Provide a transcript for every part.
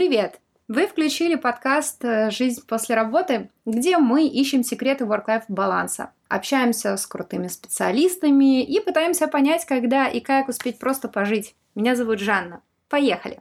Привет! Вы включили подкаст «Жизнь после работы», где мы ищем секреты work-life баланса, общаемся с крутыми специалистами и пытаемся понять, когда и как успеть просто пожить. Меня зовут Жанна. Поехали!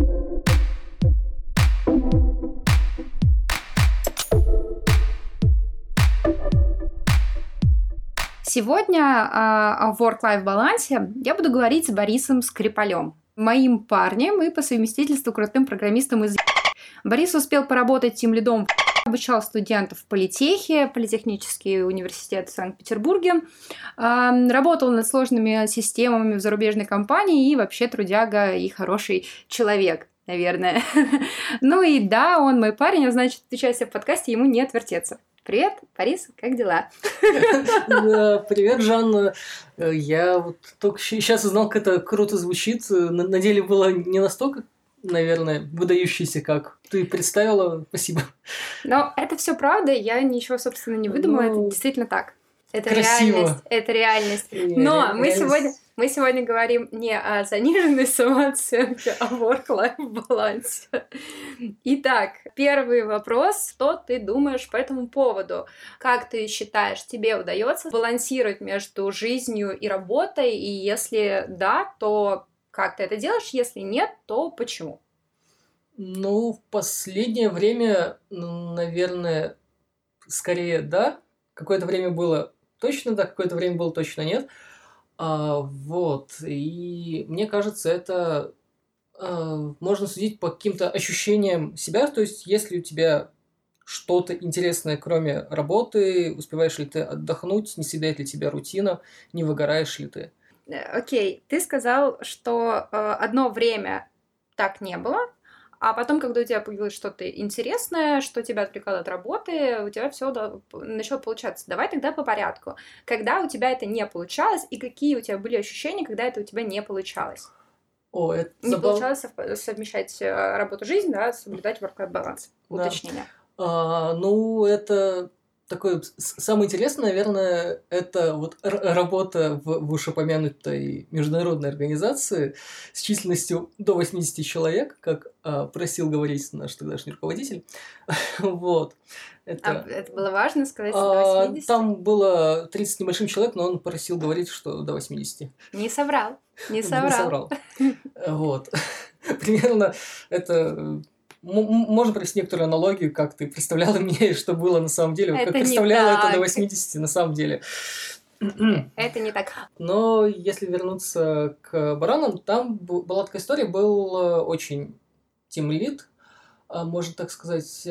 Сегодня о work-life балансе я буду говорить с Борисом Скрипалем, моим парнем и по совместительству крутым программистом из Борис успел поработать тимлидом, обучал студентов в политехе, Политехнический университет в Санкт-Петербурге, работал над сложными системами в зарубежной компании и вообще трудяга и хороший человек, наверное. Ну и да, он мой парень, а значит, участие в подкасте ему не отвертеться. Привет, Борис, как дела? Привет, Жанна. Я вот только сейчас узнал, как это круто звучит. На деле было не настолько, наверное, выдающийся, как ты представила. Спасибо. Но это все правда, я ничего, собственно, не выдумала, это действительно так. Это красиво. реальность. Но мы сегодня говорим не о заниженной самооценке, а о work-life балансе. Итак, первый вопрос. Что ты думаешь по этому поводу? Как ты считаешь, тебе удается балансировать между жизнью и работой? И если да, то как ты это делаешь? Если нет, то почему? Ну, в последнее время, наверное, скорее да. Какое-то время было точно да, какое-то время было точно нет. И мне кажется, это можно судить по каким-то ощущениям себя. То есть, если у тебя что-то интересное, кроме работы, успеваешь ли ты отдохнуть, не съедает ли тебя рутина, не выгораешь ли ты? Окей, ты сказал, что одно время так не было, а потом, когда у тебя появилось что-то интересное, что тебя отвлекало от работы, у тебя все начало получаться. Давай тогда по порядку. Когда у тебя это не получалось, и какие у тебя были ощущения, когда это у тебя не получалось? Не получалось совмещать работу, жизнь, да, соблюдать work-life баланс. Да. Уточнение. Это такое самое интересное, наверное, это вот работа в вышеупомянутой международной организации с численностью до 80 человек, как просил говорить наш тогдашний руководитель. Вот. Это было важно сказать, до 80? Там было 30 небольшим человек, но он просил говорить, что до 80. Не соврал. Не соврал. Вот. Примерно это... Можно провести некоторую аналогию, как ты представляла мне, что было на самом деле, как представляла это до 80 на самом деле. Это не так. Но если вернуться к баранам, там была такая история, был очень тимлид, можно так сказать,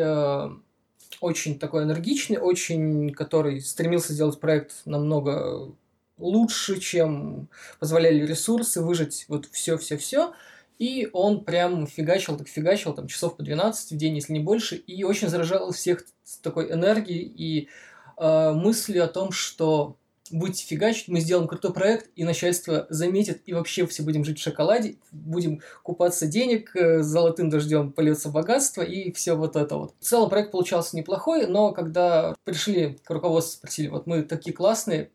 очень такой энергичный, очень, который стремился сделать проект намного лучше, чем позволяли ресурсы, выжать вот все-все-все. И он прям фигачил, там, часов по 12 в день, если не больше, и очень заражал всех с такой энергией и мыслью о том, что будете фигачить, мы сделаем крутой проект, и начальство заметит, и вообще все будем жить в шоколаде, будем купаться денег, золотым дождем польется богатство, и все вот это вот. В целом проект получался неплохой, но когда пришли к руководству, спросили, вот мы такие классные,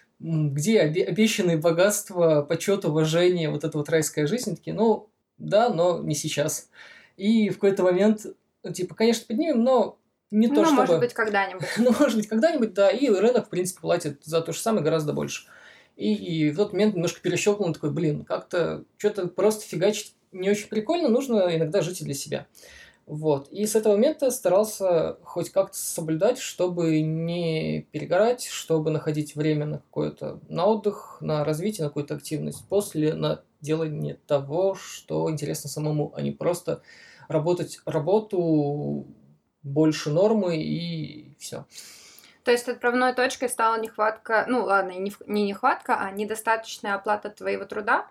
где обещанные богатства, почет, уважение, вот эта вот райская жизнь, такие, да, но не сейчас. И в какой-то момент, конечно, поднимем, но не то, чтобы... может быть, когда-нибудь. Может быть, когда-нибудь, да, и рынок, в принципе, платит за то же самое гораздо больше. И в тот момент немножко перещелкнул, такой, как-то что-то просто фигачить не очень прикольно, нужно иногда жить и для себя. Вот. И с этого момента старался хоть как-то соблюдать, чтобы не перегорать, чтобы находить время на отдых, на развитие, на какую-то активность на делание того, что интересно самому, а не просто работать работу больше нормы и все. То есть отправной точкой стала нехватка, не нехватка, а недостаточная оплата твоего труда?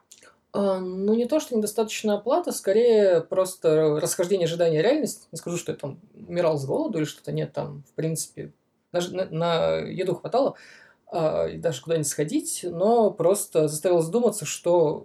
Не то, что недостаточная оплата, скорее просто расхождение ожидания и реальности. Не скажу, что я там умирал с голоду или что-то, нет, там, в принципе, даже на еду хватало, и даже куда-нибудь сходить, но просто заставило задуматься, что,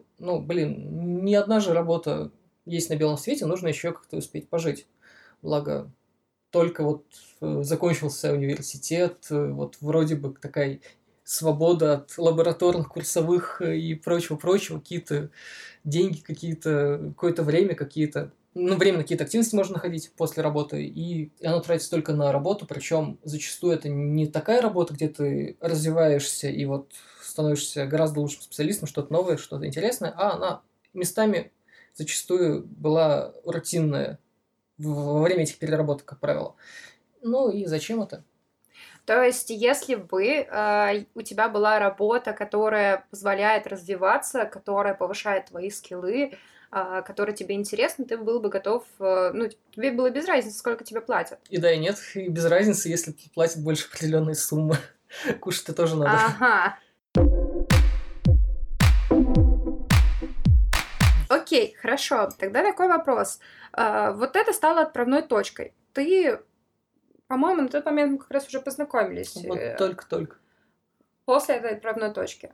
ни одна же работа есть на белом свете, нужно еще как-то успеть пожить. Благо, только вот закончился университет, вот вроде бы такая свобода от лабораторных, курсовых и прочего, какие-то деньги, какое-то время, какие-то ну, время на какие-то активности можно находить после работы, и оно тратится только на работу, причем зачастую это не такая работа, где ты развиваешься и вот становишься гораздо лучшим специалистом, что-то новое, что-то интересное, а она местами зачастую была рутинная во время этих переработок, как правило. Ну и зачем это? То есть, если бы у тебя была работа, которая позволяет развиваться, которая повышает твои скиллы, которая тебе интересна, ты был бы готов, ну, тебе было без разницы, сколько тебе платят. И да, и нет, и без разницы, если платят больше определенной суммы. Кушать-то тоже надо. Ага. Окей, хорошо. Тогда такой вопрос. Вот это стало отправной точкой. Ты, по-моему, на тот момент мы как раз уже познакомились. Вот только-только. После этой отправной точки.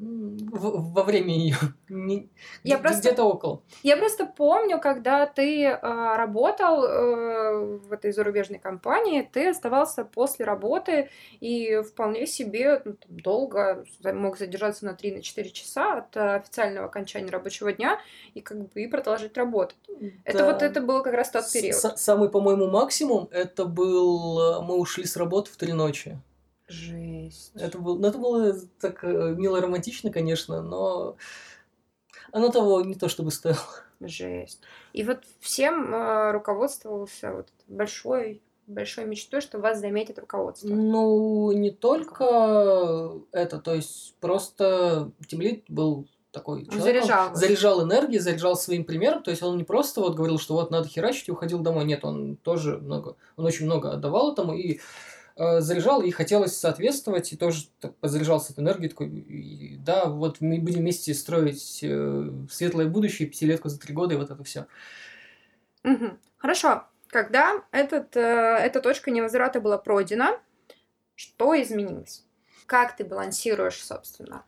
Во время ее. Где-то около. Я просто помню, когда ты работал в этой зарубежной компании, ты оставался после работы и вполне себе долго мог задержаться на 3-4 часа от официального окончания рабочего дня и и продолжать работать. Да. Это был как раз тот период. Самый, по-моему, максимум, это был... Мы ушли с работы в 3 ночи. Жесть. Это было так мило романтично, конечно, но оно того не то чтобы стоило. Жесть. И вот всем руководствовался вот большой мечтой, что вас заметит руководство. Ну, не только это, то есть просто тимлид был такой человек, заряжал энергией, заряжал своим примером, то есть он не просто вот говорил, что вот надо херачить и уходил домой, нет, он очень много отдавал этому и заряжал, и хотелось соответствовать, и тоже заряжался этой энергией, такой, и, да, вот мы будем вместе строить светлое будущее, 5-летку за 3 года, и вот это все. Угу. Хорошо. Когда эта точка невозврата была пройдена, что изменилось? Как ты балансируешь, собственно?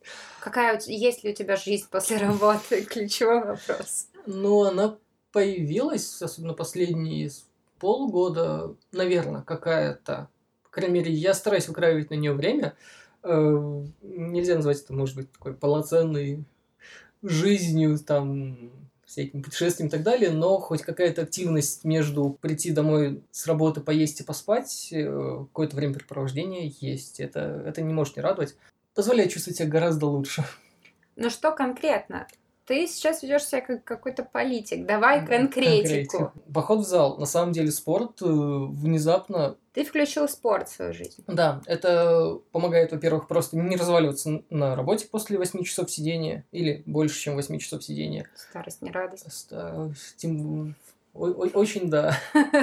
Есть ли у тебя жизнь после работы? Ключевой вопрос. Ну, она появилась, особенно последние полгода, наверное, какая-то. По крайней мере, я стараюсь выкраивать на нее время. Нельзя назвать это, может быть, такой полноценной жизнью, там, всякими путешествиями и так далее, но хоть какая-то активность между прийти домой с работы, поесть и поспать, какое-то времяпрепровождение есть. Это не может не радовать. Позволяет чувствовать себя гораздо лучше. Но что конкретно? Ты сейчас ведешь себя как какой-то политик. Давай конкретику. Поход в зал. На самом деле спорт внезапно... Ты включил спорт в свою жизнь. Да, это помогает, во-первых, просто не разваливаться на работе после 8 часов сидения или больше, чем 8 часов сидения. Старость не радость. Очень, да.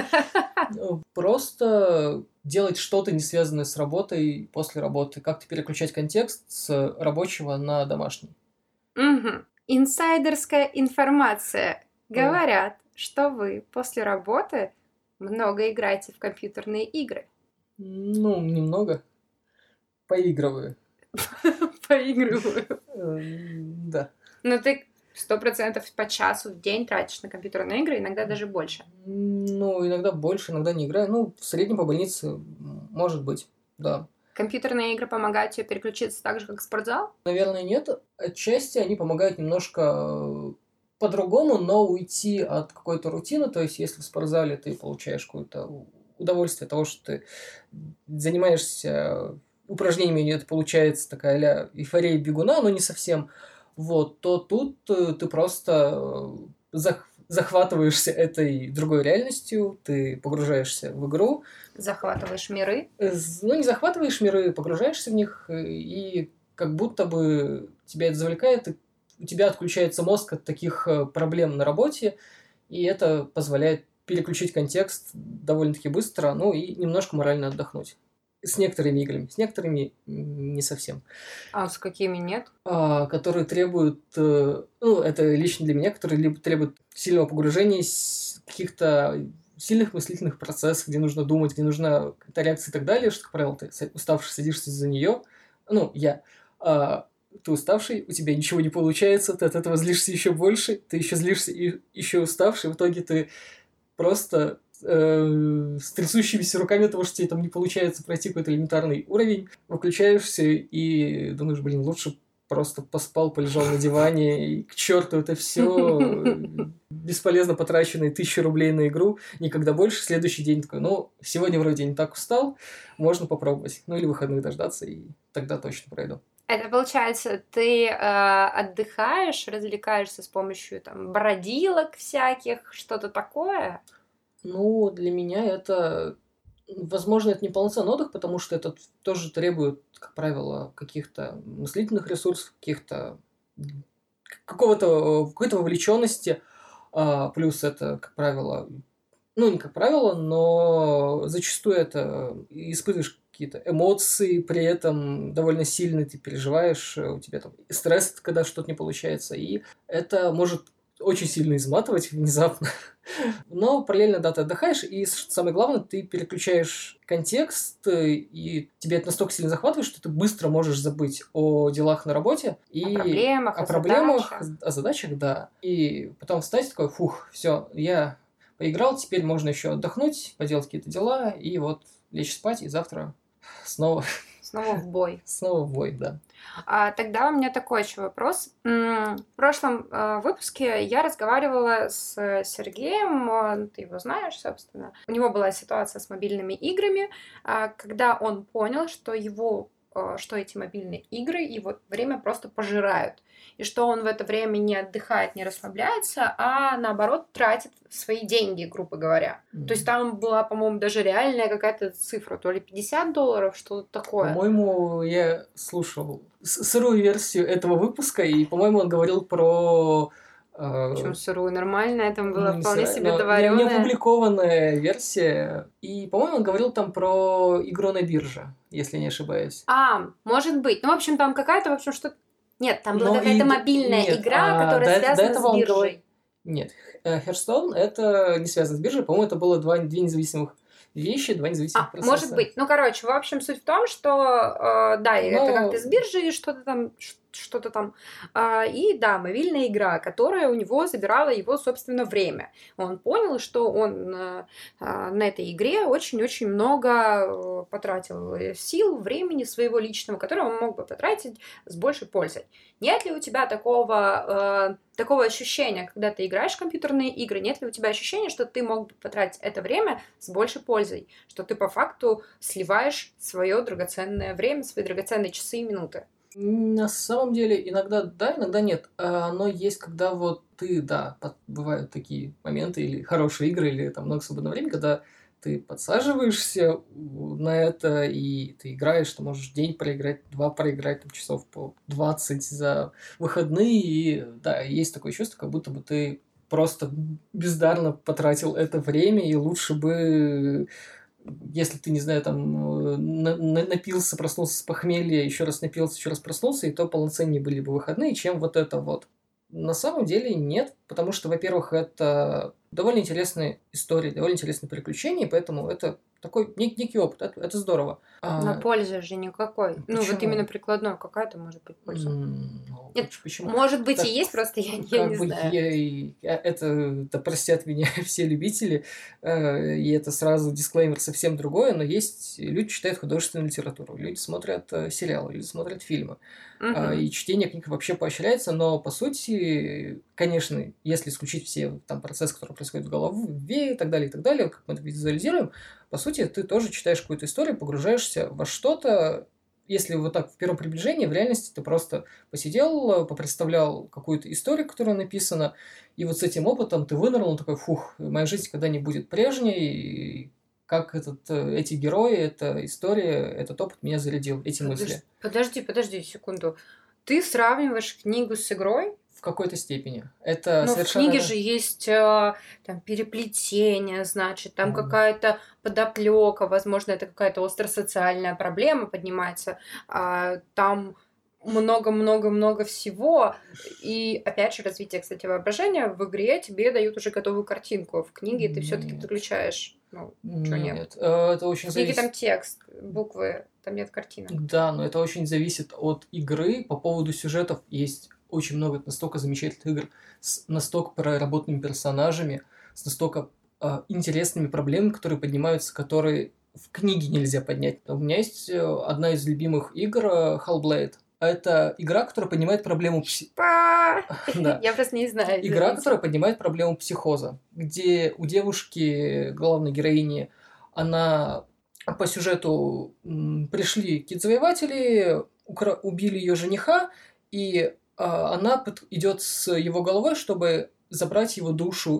Просто делать что-то, не связанное с работой после работы. Как-то переключать контекст с рабочего на домашний. Угу. Инсайдерская информация. Говорят, что вы после работы много играете в компьютерные игры. Ну, немного. Поигрываю. Поигрываю. Да. Но ты 100% по часу в день тратишь на компьютерные игры, иногда даже больше. Ну, иногда больше, иногда не играю. Ну, в среднем по больнице может быть, да. Компьютерные игры помогают тебе переключиться так же, как спортзал? Наверное, нет. Отчасти они помогают немножко по-другому, но уйти от какой-то рутины. То есть, если в спортзале ты получаешь какое-то удовольствие от того, что ты занимаешься упражнениями, и это получается такая а-ля эйфория бегуна, но не совсем, вот, то тут ты просто захватываешься этой другой реальностью, ты погружаешься в игру. Захватываешь миры? Ну, не захватываешь миры, погружаешься в них, и как будто бы тебя это завлекает, и у тебя отключается мозг от таких проблем на работе, и это позволяет переключить контекст довольно-таки быстро, ну и немножко морально отдохнуть. С некоторыми играми, с некоторыми не совсем. А с какими нет? Которые требуют, ну, это лично для меня, которые требуют сильного погружения, каких-то сильных мыслительных процессов, где нужно думать, где нужна какая-то реакция и так далее, что, как правило, ты уставший садишься за нее. Ну, ты уставший, у тебя ничего не получается, ты от этого злишься еще больше, ты еще злишься и еще уставший, в итоге ты просто с трясущимися руками того, что тебе там не получается пройти какой-то элементарный уровень, выключаешься и думаешь, блин, лучше просто поспал, полежал на диване, и к черту это все, бесполезно потраченные 1000 рублей на игру, никогда больше. Следующий день такой, ну, сегодня вроде не так устал, можно попробовать. Ну, или выходных дождаться, и тогда точно пройду. Это получается, ты отдыхаешь, развлекаешься с помощью там бродилок всяких, что-то такое? Ну, для меня это, возможно, это не полноценный отдых, потому что это тоже требует, как правило, каких-то мыслительных ресурсов, какой-то вовлеченности. Плюс это, как правило, ну, не как правило, но зачастую это испытываешь какие-то эмоции, при этом довольно сильно ты переживаешь, у тебя там стресс, когда что-то не получается, и это может очень сильно изматывать внезапно. Но параллельно, да, ты отдыхаешь, и самое главное, ты переключаешь контекст, и тебе это настолько сильно захватывает, что ты быстро можешь забыть о делах на работе и О проблемах, о задачах, да. И потом встать такой, фух, все, я поиграл, теперь можно еще отдохнуть, поделать какие-то дела, и вот лечь спать, и завтра снова снова в бой. снова в бой, да. Тогда у меня такой еще вопрос. В прошлом выпуске я разговаривала с Сергеем, ты его знаешь, собственно. У него была ситуация с мобильными играми, когда он понял, что эти мобильные игры его время просто пожирают. И что он в это время не отдыхает, не расслабляется, а наоборот тратит свои деньги, грубо говоря. То есть там была, по-моему, даже реальная какая-то цифра, то ли $50, что-то такое. По-моему, я слушал сырую версию этого выпуска, и, по-моему, он говорил про... Почему сырую? Нормальная, там была не вполне сырая, себе но доварённая. не опубликованная версия. И, по-моему, он говорил там про игру на бирже, если не ошибаюсь. Может быть. Ну, в общем, там какая-то, в общем, что... Нет, там была Но какая-то и- мобильная нет, игра, которая до связана этого с он биржей. Нет, Hearthstone это не связано с биржей, по-моему, это было две независимых вещи, два независимых процесса. Может быть. Ну, короче, в общем, суть в том, что, да, это как-то с биржей что-то там. И, да, мобильная игра, которая у него забирала его, собственно, время. Он понял, что он на этой игре очень-очень много потратил сил, времени своего личного, которое он мог бы потратить с большей пользой. Нет ли у тебя такого ощущения, когда ты играешь в компьютерные игры, нет ли у тебя ощущения, что ты мог бы потратить это время с большей пользой, что ты по факту сливаешь свое драгоценное время, свои драгоценные часы и минуты? На самом деле, иногда да, иногда нет. Но есть, когда вот ты, да, бывают такие моменты, или хорошие игры, или там много свободного времени, когда ты подсаживаешься на это, и ты играешь, ты можешь день проиграть, 2 проиграть, там, часов по 20 за выходные, и да, есть такое чувство, как будто бы ты просто бездарно потратил это время, и лучше бы, если ты, не знаю, там напился, проснулся с похмелья, еще раз напился, еще раз проснулся, и то полноценнее были бы выходные, чем вот это вот. На самом деле нет, потому что, во-первых, это довольно интересные истории, довольно интересные приключения, поэтому это такой некий опыт, это здорово. Но пользы же никакой. Почему? Ну, вот именно прикладной какая-то может быть польза. Нет, почему? может быть, Так, и есть, просто я не как бы знаю. это простят меня все любители, и это сразу дисклеймер совсем другое, но есть люди читают художественную литературу, люди смотрят сериалы, люди смотрят фильмы, и чтение книг вообще поощряется, но по сути, конечно, если исключить все там процессы, которые происходят в голове и так далее, как мы это визуализируем, по сути, ты тоже читаешь какую-то историю, погружаешься во что-то. Если вот так в первом приближении, в реальности ты просто посидел, попредставлял какую-то историю, которая написана, и вот с этим опытом ты вынырнул, такой, фух, моя жизнь никогда не будет прежней, и как эти герои, эта история, этот опыт меня зарядил, эти мысли. Подожди секунду. Ты сравниваешь книгу с игрой? В какой-то степени. Это Но совершенно... в книге же есть там переплетение, значит, там какая-то подоплека, возможно, это какая-то остросоциальная проблема поднимается, там много-много-много всего. И опять же, развитие, кстати, воображения в игре тебе дают уже готовую картинку. В книге ты все-таки подключаешь. Ну, что нет? Это очень В книге зависит... там текст, буквы, там нет картинок. Да, но это очень зависит от игры. По поводу сюжетов есть очень много настолько замечательных игр с настолько проработанными персонажами, с настолько интересными проблемами, которые поднимаются, которые в книге нельзя поднять. У меня есть одна из любимых игр Hellblade. Это игра, которая поднимает проблему Да. Я просто не знаю. Игра, которая поднимает проблему психоза, где у девушки, главной героини, она по сюжету пришли какие-то завоеватели, убили ее жениха, и она идет с его головой, чтобы забрать его душу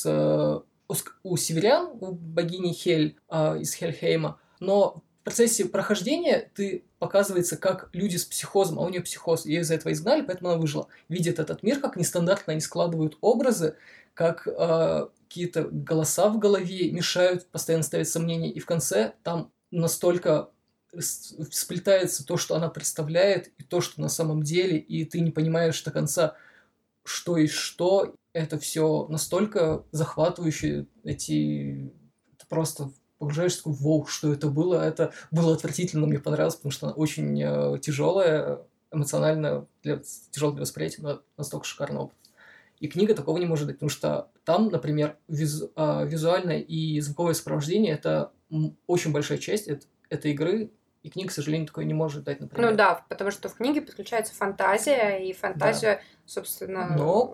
у северян, у богини Хель из Хельхейма. Но в процессе прохождения показывается, как люди с психозом, а у нее психоз, ее из-за этого изгнали, поэтому она выжила. Видит этот мир, как нестандартно они складывают образы, как какие-то голоса в голове мешают, постоянно ставить сомнения, и в конце там настолько сплетается то, что она представляет, и то, что на самом деле, и ты не понимаешь до конца, что и что. Это все настолько захватывающе, это просто погружаешься в «Воу, что это было?» Это было отвратительно, мне понравилось, потому что она очень тяжелая, эмоционально, тяжелое для восприятия, но настолько шикарный опыт. И книга такого не может дать, потому что там, например, визуальное и звуковое сопровождение – это очень большая часть этой игры, и книга, к сожалению, такое не может дать, например. Ну да, потому что в книге подключается фантазия, и фантазия, собственно...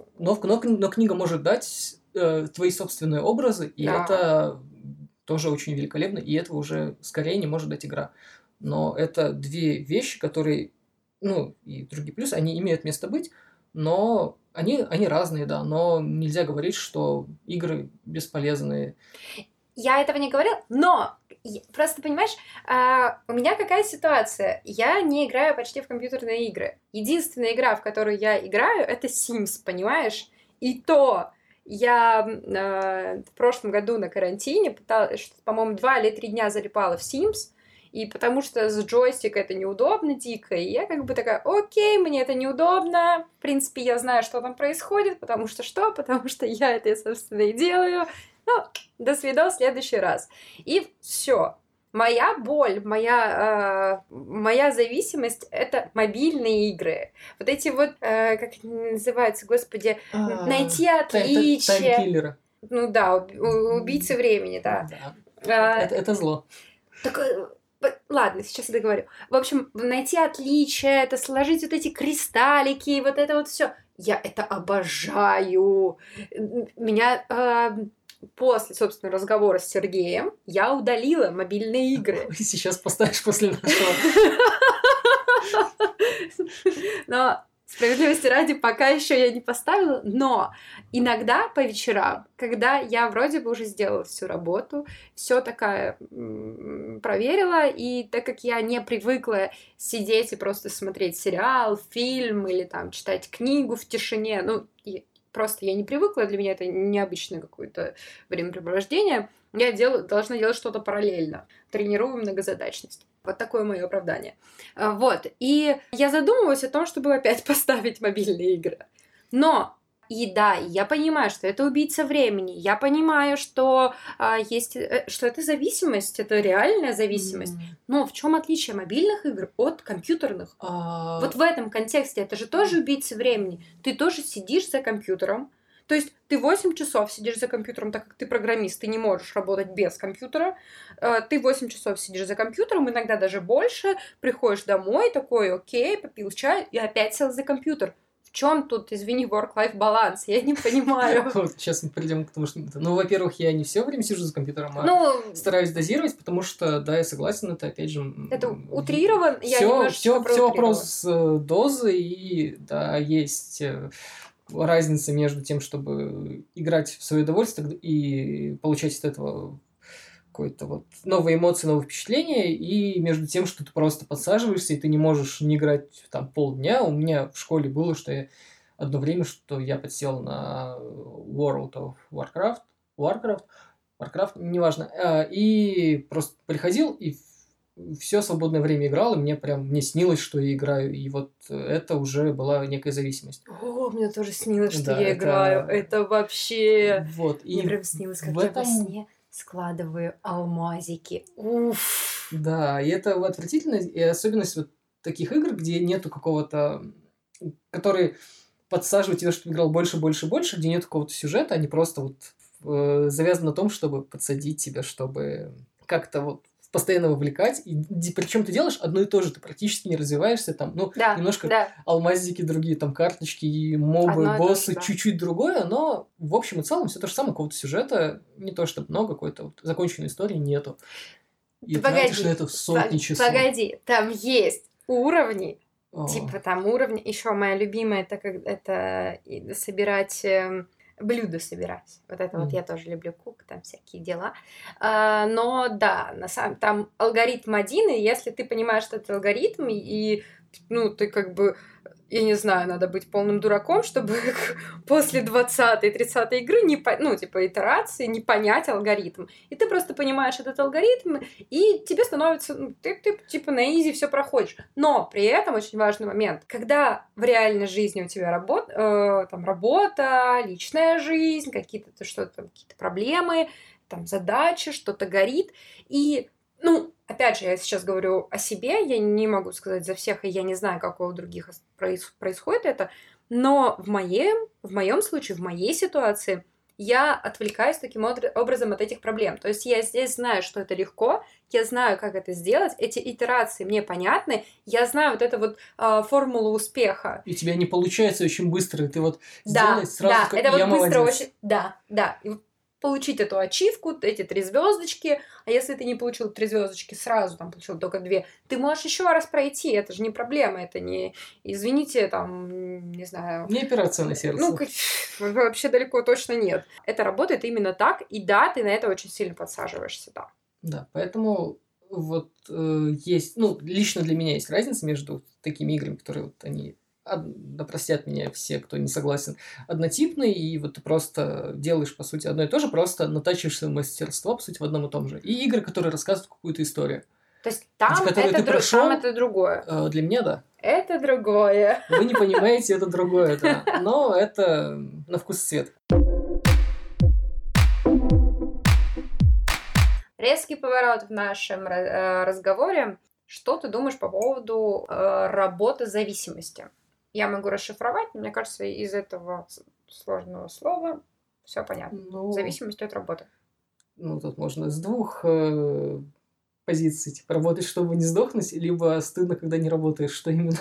Но книга может дать твои собственные образы, и это тоже очень великолепно, и этого уже скорее не может дать игра. Но это две вещи, которые, и другие плюсы, они имеют место быть, но они разные, да, но нельзя говорить, что игры бесполезные. Я этого не говорила, но просто, понимаешь, у меня какая ситуация? Я не играю почти в компьютерные игры. Единственная игра, в которую я играю, это Sims, понимаешь? И то я в прошлом году на карантине пыталась, по-моему, 2 или 3 дня залипала в Sims, и потому что с джойстика это неудобно дико, и я как бы такая: окей, мне это неудобно, в принципе, я знаю, что там происходит, потому что я это, собственно, и делаю. До свидания в следующий раз. И все. Моя боль, моя зависимость — это мобильные игры. Вот эти вот, как это называется, господи, найти отличия. Таймкиллеры. Ну да, убийцы времени, да. Это зло. Так, ладно, сейчас я договорю. В общем, найти отличия, это сложить вот эти кристаллики, вот это вот все. Я это обожаю. Меня... После, собственно, разговора с Сергеем я удалила мобильные игры. Сейчас поставишь после нашего. Но справедливости ради, пока еще я не поставила, но иногда по вечерам, когда я вроде бы уже сделала всю работу, все такая проверила, и так как я не привыкла сидеть и просто смотреть сериал, фильм или там читать книгу в тишине, просто я не привыкла, для меня это необычное какое-то времяпрепровождение. Я должна делать что-то параллельно. Тренирую многозадачность. Вот такое мое оправдание. Вот. И я задумываюсь о том, чтобы опять поставить мобильные игры. Но, я понимаю, что это убийца времени. Я понимаю, что что это зависимость, это реальная зависимость. Но в чем отличие мобильных игр от компьютерных? Вот в этом контексте это же тоже убийца времени. Ты тоже сидишь за компьютером. То есть ты 8 часов сидишь за компьютером, так как ты программист, ты не можешь работать без компьютера. Ты 8 часов сидишь за компьютером, иногда даже больше. Приходишь домой, такой: окей, попил чай и опять сел за компьютер. В чем тут, извини, work-life баланс? Я не понимаю. Вот сейчас мы придем к тому, что... во-первых, я не все время сижу за компьютером, а стараюсь дозировать, потому что, да, я согласен, это опять же... Это утрирован? Все вопрос дозы, и, да, есть разница между тем, чтобы играть в свое удовольствие и получать от этого какие-то вот новые эмоции, новые впечатления, и между тем, что ты просто подсаживаешься, и ты не можешь не играть там полдня. У меня в школе было, что одно время, что я подсел на World of Warcraft, неважно, и просто приходил, и все свободное время играл, и мне снилось, что я играю, и вот это уже была некая зависимость. О, мне тоже снилось, что я играю. Это вообще... Вот. Мне прям снилось, как я во сне складываю алмазики. Уф. Да, и это отвратительно, и особенность вот таких игр, где нету какого-то... который подсаживает тебя, чтобы играл больше, где нет какого-то сюжета, они просто вот завязаны на том, чтобы подсадить тебя, чтобы как-то вот постоянно вовлекать, и причем ты делаешь одно и то же, ты практически не развиваешься, там, немножко алмазики другие, там, карточки, и мобы, боссы, чуть-чуть другое, но в общем и целом все то же самое, какого-то сюжета, не то чтобы много, какой-то вот законченной истории нету. И тратишь на это сотни часов. Погоди, там есть уровни, типа там уровни, еще моя любимая, это собирать... блюда собирать. Вот это вот я тоже люблю кук, там всякие дела. Но да, там алгоритм один, и если ты понимаешь, что это алгоритм, и ты как бы, я не знаю, надо быть полным дураком, чтобы после 20-й, 30-й игры итерации не понять алгоритм. И ты просто понимаешь этот алгоритм, и тебе становится, ты типа на изи все проходишь. Но при этом очень важный момент, когда в реальной жизни у тебя работа, личная жизнь, какие-то проблемы, там задачи, что-то горит, и опять же, я сейчас говорю о себе, я не могу сказать за всех, и я не знаю, как у других происходит это, но в моем случае, в моей ситуации, я отвлекаюсь таким образом от этих проблем. То есть я здесь знаю, что это легко, я знаю, как это сделать, эти итерации мне понятны, я знаю вот эту вот формулу успеха. И у тебя не получается очень быстро, ты вот сделай сразу, как это я вот быстро молодец. очень... Да. И получить эту ачивку, эти 3 звездочки, а если ты не получил 3 звездочки сразу, там получил только 2, ты можешь еще раз пройти, это же не проблема, это не, извините, там, не знаю... Не операция на сердце. Вообще далеко точно нет. Это работает именно так, и да, ты на это очень сильно подсаживаешься, да. Да, поэтому вот есть, лично для меня есть разница между такими играми, которые вот они... Да простят меня все, кто не согласен, однотипный, и вот ты просто делаешь, по сути, одно и то же, просто натачиваешь свое мастерство, по сути, в одном и том же. И игры, которые рассказывают какую-то историю. То есть там это другое. Для меня, да. Это другое. Вы не понимаете, это другое, да. Но это на вкус и цвет. Резкий поворот в нашем разговоре. Что ты думаешь по поводу работы зависимости? Я могу расшифровать, но мне кажется, из этого сложного слова все понятно. Зависимость от работы. Тут можно с двух позиций. Типа, работать, чтобы не сдохнуть, либо стыдно, когда не работаешь. Что именно?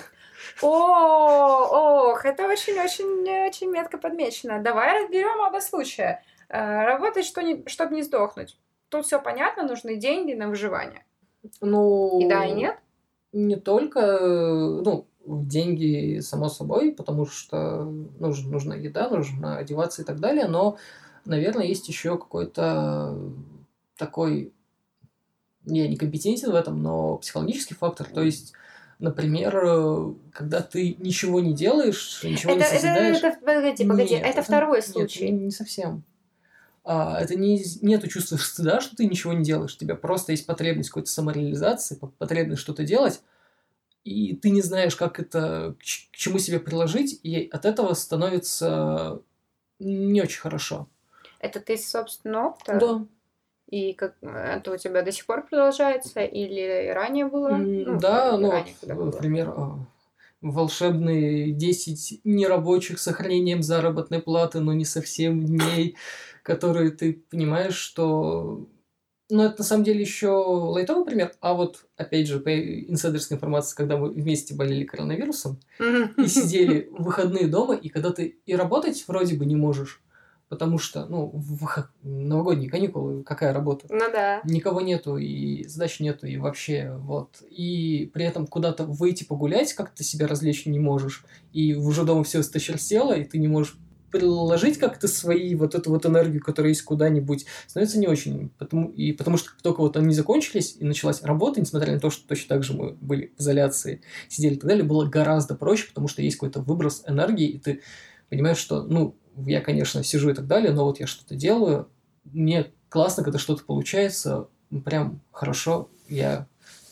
Это очень-очень-очень метко подмечено. Давай разберем оба случая. Работать, чтобы не сдохнуть. Тут все понятно, нужны деньги на выживание. И да, и нет? Не только, деньги, само собой, потому что нужна еда, нужно одеваться и так далее, но, наверное, есть еще какой-то такой, я не компетентен в этом, но психологический фактор, то есть, например, когда ты ничего не делаешь, ничего не созидаешь... Погоди, это второй случай. Нет, не совсем. Это нету чувства стыда, что ты ничего не делаешь. У тебя просто есть потребность какой-то самореализации, потребность что-то делать, и ты не знаешь, как это, к чему себе приложить, и от этого становится не очень хорошо. Это ты из собственного опыта? Да. И как это у тебя до сих пор продолжается, или ранее было? Например, волшебные 10 нерабочих с сохранением заработной платы, но не совсем дней, которые ты понимаешь, что... это на самом деле еще лайтовый пример. А вот, опять же, по инсайдерской информации, когда мы вместе болели коронавирусом и сидели в выходные дома, и когда ты и работать вроде бы не можешь, потому что, в новогодние каникулы какая работа? Да. Никого нету, и задач нету, и вообще, вот. И при этом куда-то выйти погулять, как ты себя развлечь не можешь, и уже дома все осточерсело, и ты не можешь приложить как-то свои вот эту вот энергию, которая есть куда-нибудь, становится не очень. Потому что только вот они закончились, и началась работа, несмотря на то, что точно так же мы были в изоляции, сидели и так далее, было гораздо проще, потому что есть какой-то выброс энергии, и ты понимаешь, что, я, конечно, сижу и так далее, но вот я что-то делаю, мне классно, когда что-то получается, прям хорошо, я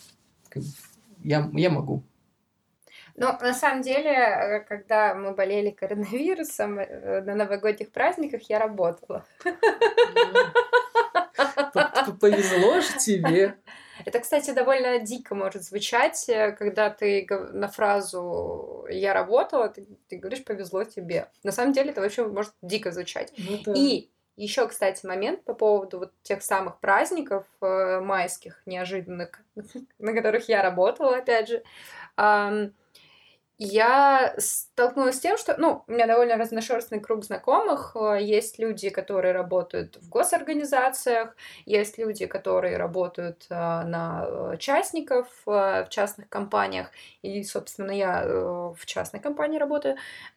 могу. На самом деле, когда мы болели коронавирусом, на новогодних праздниках я работала. Повезло же тебе. Это, кстати, довольно дико может звучать, когда ты на фразу «я работала», ты говоришь «повезло тебе». На самом деле это вообще может дико звучать. И Еще, кстати, момент по поводу вот тех самых праздников майских неожиданных, на которых я работала, опять же. Я столкнулась с тем, что, у меня довольно разношерстный круг знакомых. Есть люди, которые работают в госорганизациях, есть люди, которые работают на частников в частных компаниях, и, собственно, я в частной компании работаю.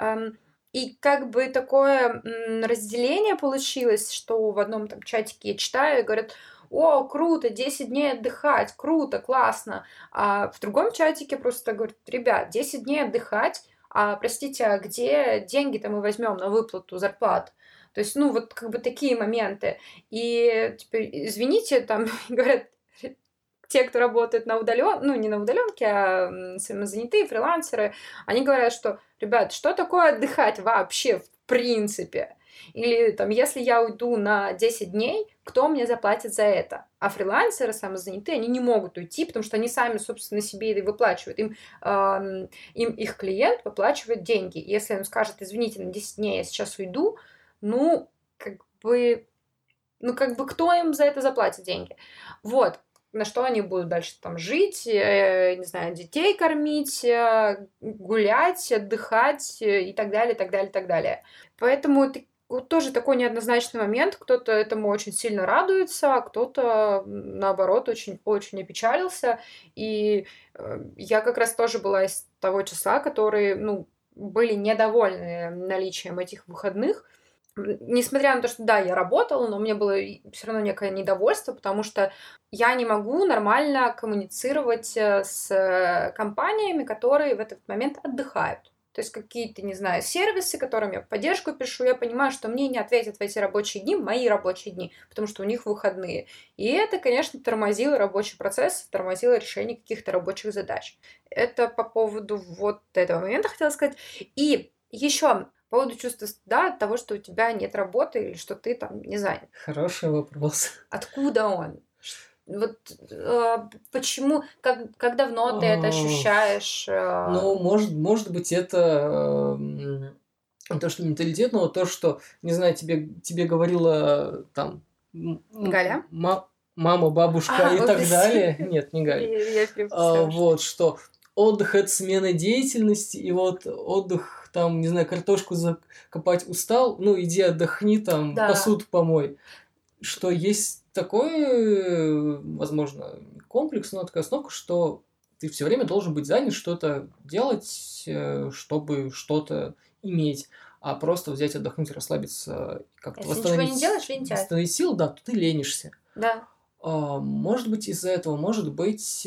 И как бы такое разделение получилось, что в одном там чатике я читаю и говорят: о, круто, 10 дней отдыхать, круто, классно. А в другом чатике просто говорят: ребят, 10 дней отдыхать, простите, а где деньги-то мы возьмем на выплату зарплат? То есть, вот как бы такие моменты. И, типа, извините, там говорят, те, кто работает на удаленке, не на удаленке, а самозанятые, фрилансеры, они говорят, что, ребят, что такое отдыхать вообще в принципе? Или там, если я уйду на 10 дней, кто мне заплатит за это? А фрилансеры, самозанятые, они не могут уйти, потому что они сами, собственно, себе и выплачивают. Им их клиент выплачивает деньги. Если он скажет: извините, на 10 дней я сейчас уйду, как бы кто им за это заплатит деньги? Вот. На что они будут дальше там жить, не знаю, детей кормить, гулять, отдыхать и так далее, так далее, так далее. Поэтому это тоже такой неоднозначный момент. Кто-то этому очень сильно радуется, а кто-то, наоборот, очень-очень опечалился. И я как раз тоже была из того числа, которые, были недовольны наличием этих выходных. Несмотря на то, что, да, я работала, но у меня было все равно некое недовольство, потому что я не могу нормально коммуницировать с компаниями, которые в этот момент отдыхают. То есть какие-то, не знаю, сервисы, которым я поддержку пишу, я понимаю, что мне не ответят в эти рабочие дни, мои рабочие дни, потому что у них выходные. И это, конечно, тормозило рабочий процесс, тормозило решение каких-то рабочих задач. Это по поводу вот этого момента хотела сказать. И еще по поводу чувства стыда от того, что у тебя нет работы или что ты там не занят. Хороший вопрос. Откуда он? Вот почему, как давно ты это ощущаешь? Может быть, это то, что менталитет, но то, что, не знаю, тебе говорила там Галя? Мама, бабушка и так далее. Нет, не Галя. Вот, что отдых — это смена деятельности, и вот отдых, там, не знаю, картошку закопать устал, иди отдохни, там, посуду помой. Что есть такой, возможно, комплекс, но такая основа, что ты все время должен быть занят, что-то делать, чтобы что-то иметь. А просто взять, отдохнуть, расслабиться, как-то восстановить силы, да, то ты ленишься. Да. Может быть, из-за этого, может быть,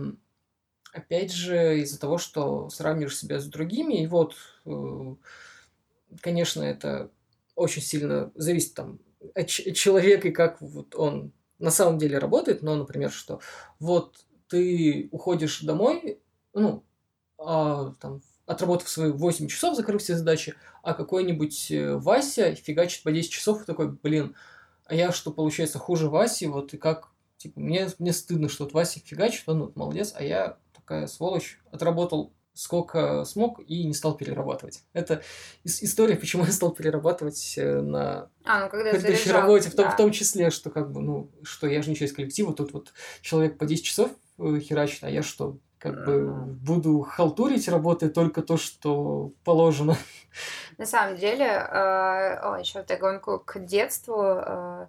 опять же, из-за того, что сравниваешь себя с другими, и вот, конечно, это очень сильно зависит там от человека, и как вот он на самом деле работает, но, например, что вот ты уходишь домой, там, отработав свои 8 часов, закрыв все задачи, а какой-нибудь Вася фигачит по 10 часов и такой: блин, а я что, получается, хуже Васи, вот, и как, типа, мне стыдно, что вот Вася фигачит, он вот молодец, а я такая сволочь, отработал сколько смог и не стал перерабатывать. Это история, почему я стал перерабатывать на предыдущей работе, в том числе, что как бы, что я же не часть коллектива, тут вот человек по 10 часов херачит, а я что, как бы буду халтурить, работая только то, что положено. На самом деле, еще вдогонку к детству,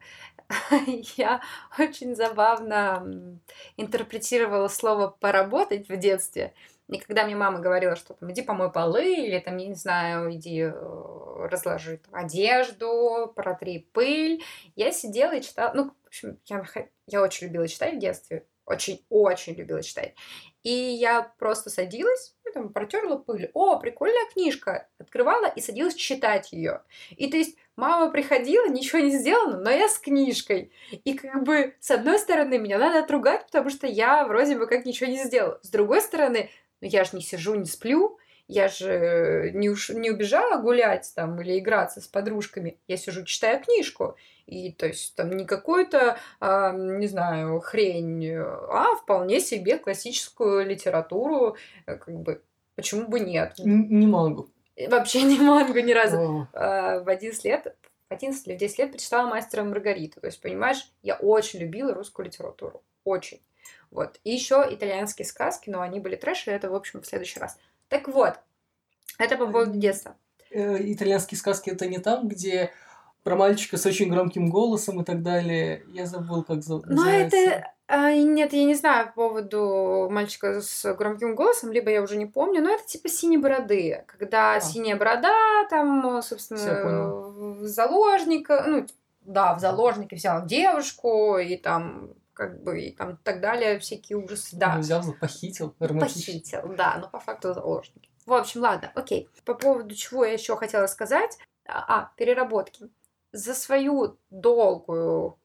я очень забавно интерпретировала слово «поработать» в детстве. И когда мне мама говорила, что там: иди помой полы, или там, я не знаю, иди разложи одежду, протри пыль, я сидела и читала. В общем, я очень любила читать в детстве. Очень-очень любила читать. И я просто садилась, там, протерла пыль. О, прикольная книжка. Открывала и садилась читать ее. И то есть мама приходила, ничего не сделано, но я с книжкой. И как бы с одной стороны меня надо отругать, потому что я вроде бы как ничего не сделала. С другой стороны, я же не сижу, не сплю. Я же не убежала гулять там или играться с подружками. Я сижу, читаю книжку. И то есть там не какую-то, не знаю, хрень, а вполне себе классическую литературу. Как бы, почему бы нет? Не могу. Вообще не могу ни разу. В 11 лет 11 или в 10 лет прочитала «Мастера и Маргариту». То есть, понимаешь, я очень любила русскую литературу. Очень. Вот. И еще итальянские сказки, но они были трэш, и это, в общем, в следующий раз. Так вот, это по поводу детства. Итальянские сказки — это не там, где про мальчика с очень громким голосом и так далее. Я забыл, как называется. Но это... нет, я не знаю по поводу мальчика с громким голосом, либо я уже не помню, но это типа «Синей бороды», когда синяя борода, там, собственно, в заложника, ну, да, в заложнике взял девушку, и там, как бы, и там так далее, всякие ужасы, да. Взял, похитил, Похитил, да, но по факту заложники. В общем, ладно, окей. По поводу чего я еще хотела сказать, переработки. За свою долгую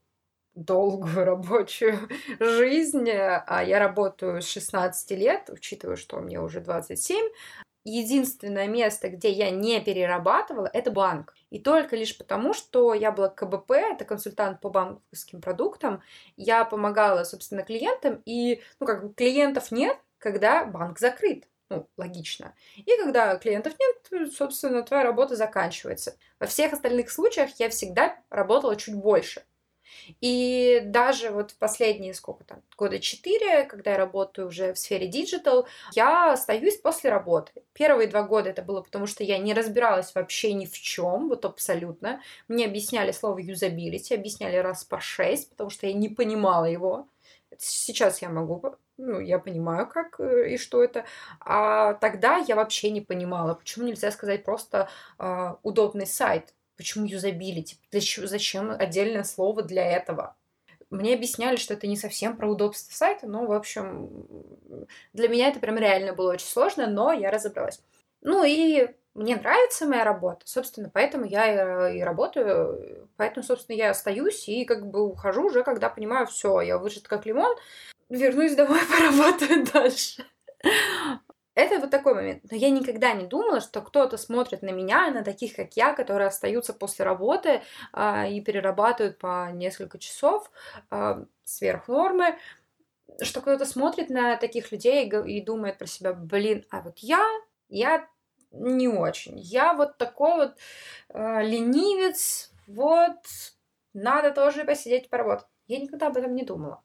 рабочую жизнь, я работаю с 16 лет, учитывая, что мне уже 27, единственное место, где я не перерабатывала, это банк. И только лишь потому, что я была КБП, это консультант по банковским продуктам, я помогала, собственно, клиентам, и, как бы клиентов нет, когда банк закрыт. Логично. И когда клиентов нет, собственно, твоя работа заканчивается. Во всех остальных случаях я всегда работала чуть больше. И даже вот в последние, года 4, когда я работаю уже в сфере диджитал, я остаюсь после работы. Первые 2 года это было потому, что я не разбиралась вообще ни в чем, вот абсолютно. Мне объясняли слово юзабилити, объясняли раз по 6, потому что я не понимала его. Сейчас я могу, я понимаю, как и что это. А тогда я вообще не понимала, почему нельзя сказать просто удобный сайт. Почему юзабилити? Зачем отдельное слово для этого? Мне объясняли, что это не совсем про удобство сайта, но, в общем, для меня это прям реально было очень сложно, но я разобралась. И мне нравится моя работа, собственно, поэтому я и работаю, поэтому, собственно, я остаюсь и как бы ухожу уже, когда понимаю, все, я выжат как лимон, вернусь домой, поработаю дальше. Это вот такой момент. Но я никогда не думала, что кто-то смотрит на меня, на таких, как я, которые остаются после работы и перерабатывают по несколько часов сверх нормы, что кто-то смотрит на таких людей и думает про себя, блин, а вот я не очень. Я вот такой вот ленивец, вот надо тоже посидеть поработать. Я никогда об этом не думала.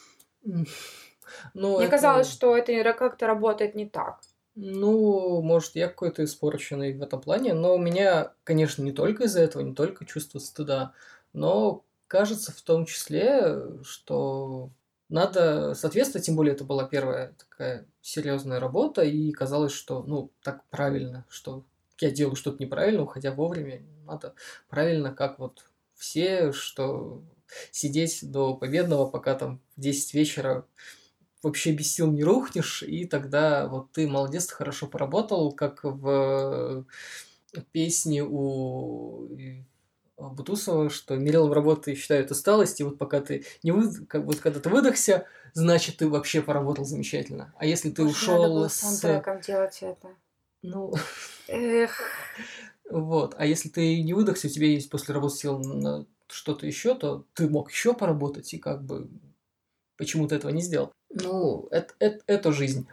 Мне казалось, что это как-то работает не так. Может, я какой-то испорченный в этом плане, но у меня, конечно, не только из-за этого, не только чувство стыда, но кажется в том числе, что надо соответствовать, тем более это была первая такая серьезная работа, и казалось, что, так правильно, что я делаю что-то неправильно, уходя вовремя, надо правильно, как вот все, что сидеть до победного, пока там в 10 вечера вообще без сил не рухнешь, и тогда вот ты молодец, ты хорошо поработал, как в песне у Бутусова, что мерилом работы считают усталость, и вот пока ты когда ты выдохся, значит, ты вообще поработал замечательно. А если ты ушел надо было саундтреком делать это. Эх. Вот. А если ты не выдохся, у тебя есть после работы сил на что-то еще, то ты мог еще поработать, и как бы почему ты этого не сделал. Это жизнь.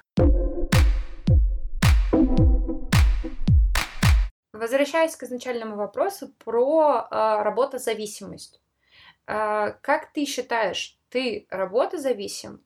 Возвращаясь к изначальному вопросу про работозависимость. Как ты считаешь, ты работозависим?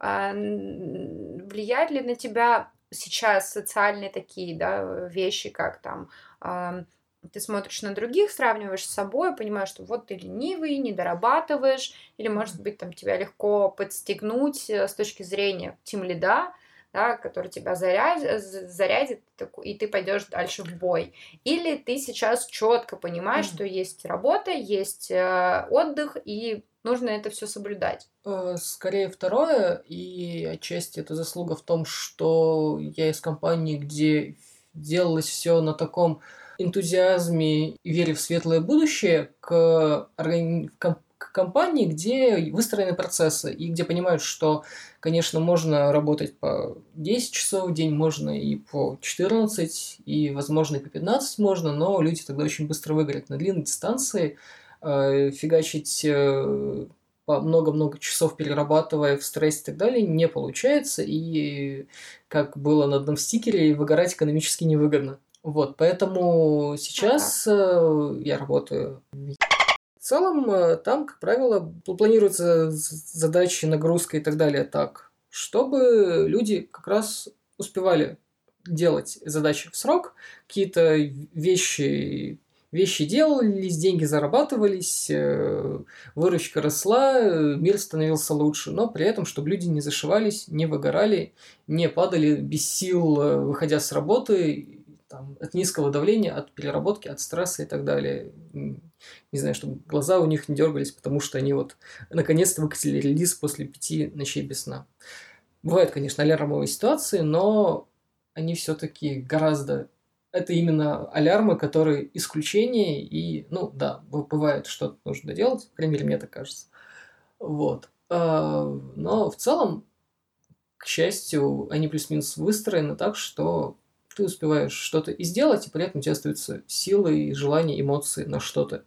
Влияет ли на тебя сейчас социальные такие вещи, как там ты смотришь на других, сравниваешь с собой, понимаешь, что вот ты ленивый, не дорабатываешь, или, может быть, там тебя легко подстегнуть с точки зрения тимлида, который тебя зарядит, и ты пойдешь дальше в бой. Или ты сейчас четко понимаешь, что есть работа, есть отдых, и нужно это все соблюдать. Скорее второе, и отчасти это заслуга в том, что я из компании, где делалось все на таком энтузиазме и вере в светлое будущее, к компании, где выстроены процессы и где понимают, что, конечно, можно работать по 10 часов в день, можно и по 14, и, возможно, и по 15 можно, но люди тогда очень быстро выгорят. На длинной дистанции фигачить по много-много часов, перерабатывая в стрессе и так далее, не получается, и, как было на одном стикере, выгорать экономически невыгодно. Вот, поэтому сейчас я работаю. В целом, там, как правило, планируются задачи, нагрузка и так далее так, чтобы люди как раз успевали делать задачи в срок, какие-то вещи делались, деньги зарабатывались, выручка росла, мир становился лучше, но при этом, чтобы люди не зашивались, не выгорали, не падали без сил, выходя с работы, там, от низкого давления, от переработки, от стресса и так далее. Не знаю, чтобы глаза у них не дергались, потому что они вот наконец-то выкатили релиз после 5 ночей без сна. Бывают, конечно, алярмовые ситуации, но они все-таки гораздо... Это именно алярмы, которые исключение, и, ну, да, бывает, что-то нужно доделать, по крайней мере, мне так кажется. Вот. Но в целом, к счастью, они плюс-минус выстроены так, что ты успеваешь что-то и сделать, и при этом у тебя остаются силы, желания, эмоции на что-то.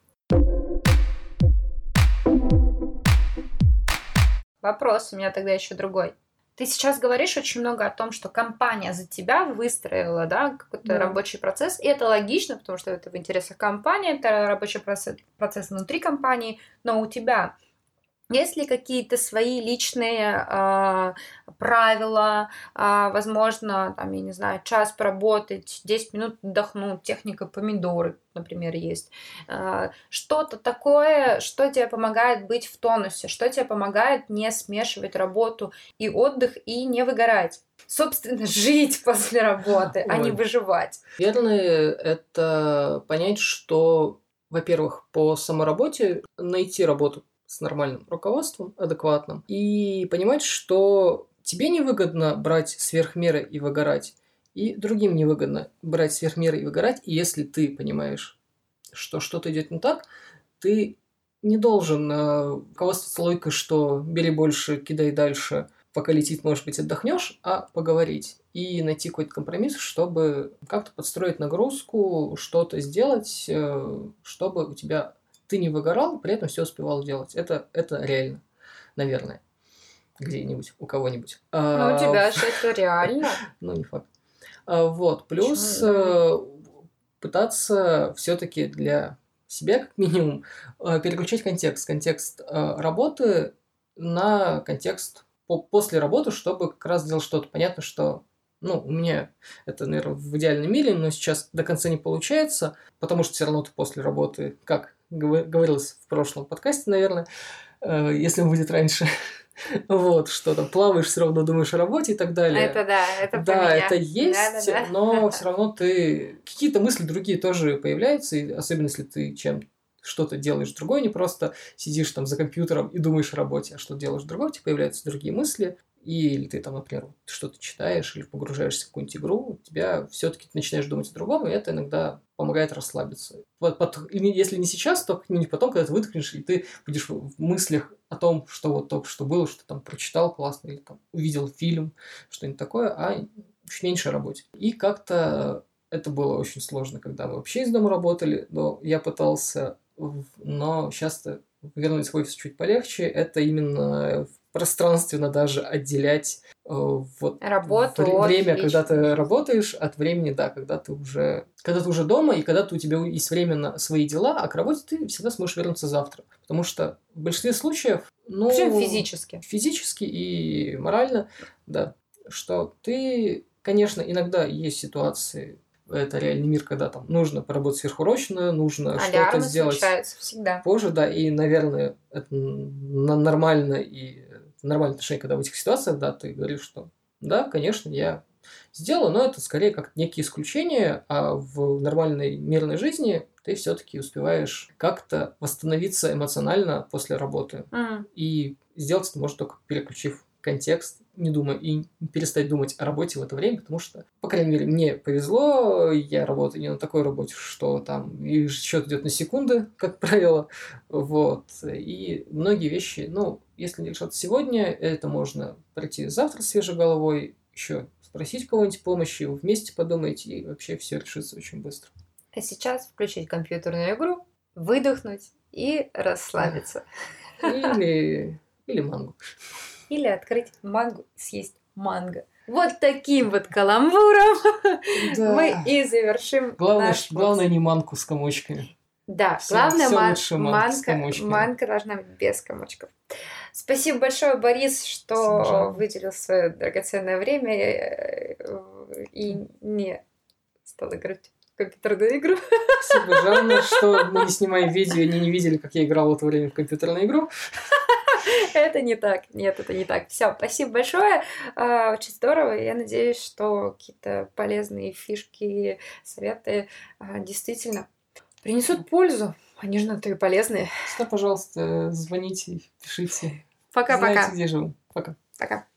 Вопрос у меня тогда еще другой. Ты сейчас говоришь очень много о том, что компания за тебя выстроила, да, какой-то рабочий процесс, и это логично, потому что это в интересах компании, это рабочий процесс внутри компании, но у тебя есть ли какие-то свои личные правила, возможно, там, я не знаю, час поработать, 10 минут отдохнуть, техника помидоры, например, есть. Что-то такое, что тебе помогает быть в тонусе, что тебе помогает не смешивать работу и отдых и не выгорать. Собственно, жить после работы, а не выживать. Наверное, это понять, что, во-первых, по самоработе найти работу с нормальным руководством, адекватным, и понимать, что тебе невыгодно брать сверхмеры и выгорать, и другим невыгодно брать сверхмеры и выгорать, и если ты понимаешь, что что-то идет не так, ты не должен руководствоваться логикой, что бери больше, кидай дальше, пока летит, может быть, отдохнешь, а поговорить и найти какой-то компромисс, чтобы как-то подстроить нагрузку, что-то сделать, чтобы у тебя ты не выгорал, при этом все успевал делать. Это реально, наверное, где-нибудь, у кого-нибудь. Ну, у тебя же это реально. Ну, не факт. Вот, плюс пытаться все-таки для себя, как минимум, переключать контекст работы на контекст после работы, чтобы как раз сделать что-то. Понятно, что у меня это, наверное, в идеальном мире, но сейчас до конца не получается, потому что все равно ты после работы, как говорилось в прошлом подкасте, наверное, если он будет раньше, вот, что там плаваешь, все равно думаешь о работе и так далее. Это да, это да, это есть, да. но все равно ты какие-то мысли другие тоже появляются, и особенно если ты что-то делаешь другое, не просто сидишь там за компьютером и думаешь о работе, а что делаешь другое, у тебя появляются другие мысли, или ты там, например, что-то читаешь или погружаешься в какую-нибудь игру, у тебя все-таки начинаешь думать о другом, и это иногда помогает расслабиться. Если не сейчас, то как-нибудь потом, когда ты выдохнешь, и ты будешь в мыслях о том, что вот только что было, что там прочитал классно, или там увидел фильм, что-нибудь такое, а чуть меньше о работе. И как-то это было очень сложно, когда мы вообще из дома работали, но я пытался, но сейчас-то вернуть в офис чуть полегче, это именно пространственно даже отделять работу время, когда ты работаешь, от времени, да, когда ты уже дома, и когда у тебя есть время на свои дела, а к работе ты всегда сможешь вернуться завтра. Потому что в большинстве случаев, причем физически и морально, да, что ты, конечно, иногда есть ситуации, это реальный мир, когда там нужно поработать сверхурочно, нужно что-то сделать всегда позже, да, и, наверное, это нормально и нормальное отношение, когда в этих ситуациях, да, ты говоришь, что да, конечно, я сделаю, но это скорее как некие исключения, а в нормальной мирной жизни ты все-таки успеваешь как-то восстановиться эмоционально после работы. И сделать это можно только переключив контекст, не думая и перестать думать о работе в это время, потому что, по крайней мере, мне повезло, я работаю не на такой работе, что там и счет идет на секунды, как правило, вот, и многие вещи, если не решаться сегодня, это можно пройти завтра свежей головой, еще спросить кого-нибудь помощи, вы вместе подумайте, и вообще все решится очень быстро. А сейчас включить компьютерную игру, выдохнуть и расслабиться. Или мангу. Или открыть мангу, съесть манго. Вот таким вот каламбуром Да. мы и завершим наш Главное не манку с комочками. Да, Всё- главное, всё лучше манка с комочками. манка должна быть без комочков. Спасибо большое, Борис, что Снежана. выделил свое драгоценное время и не стал играть в компьютерную игру. Спасибо, Жанна, что мы не снимаем видео и не видели, как я играл в это время в компьютерную игру. Это не так. Нет, это не так. Все, спасибо большое. Очень здорово. Я надеюсь, что какие-то полезные фишки, советы действительно принесут пользу. Они же на то и полезные. Всегда, пожалуйста, звоните, пишите. Пока-пока. Знаете, где живу. Пока. Пока.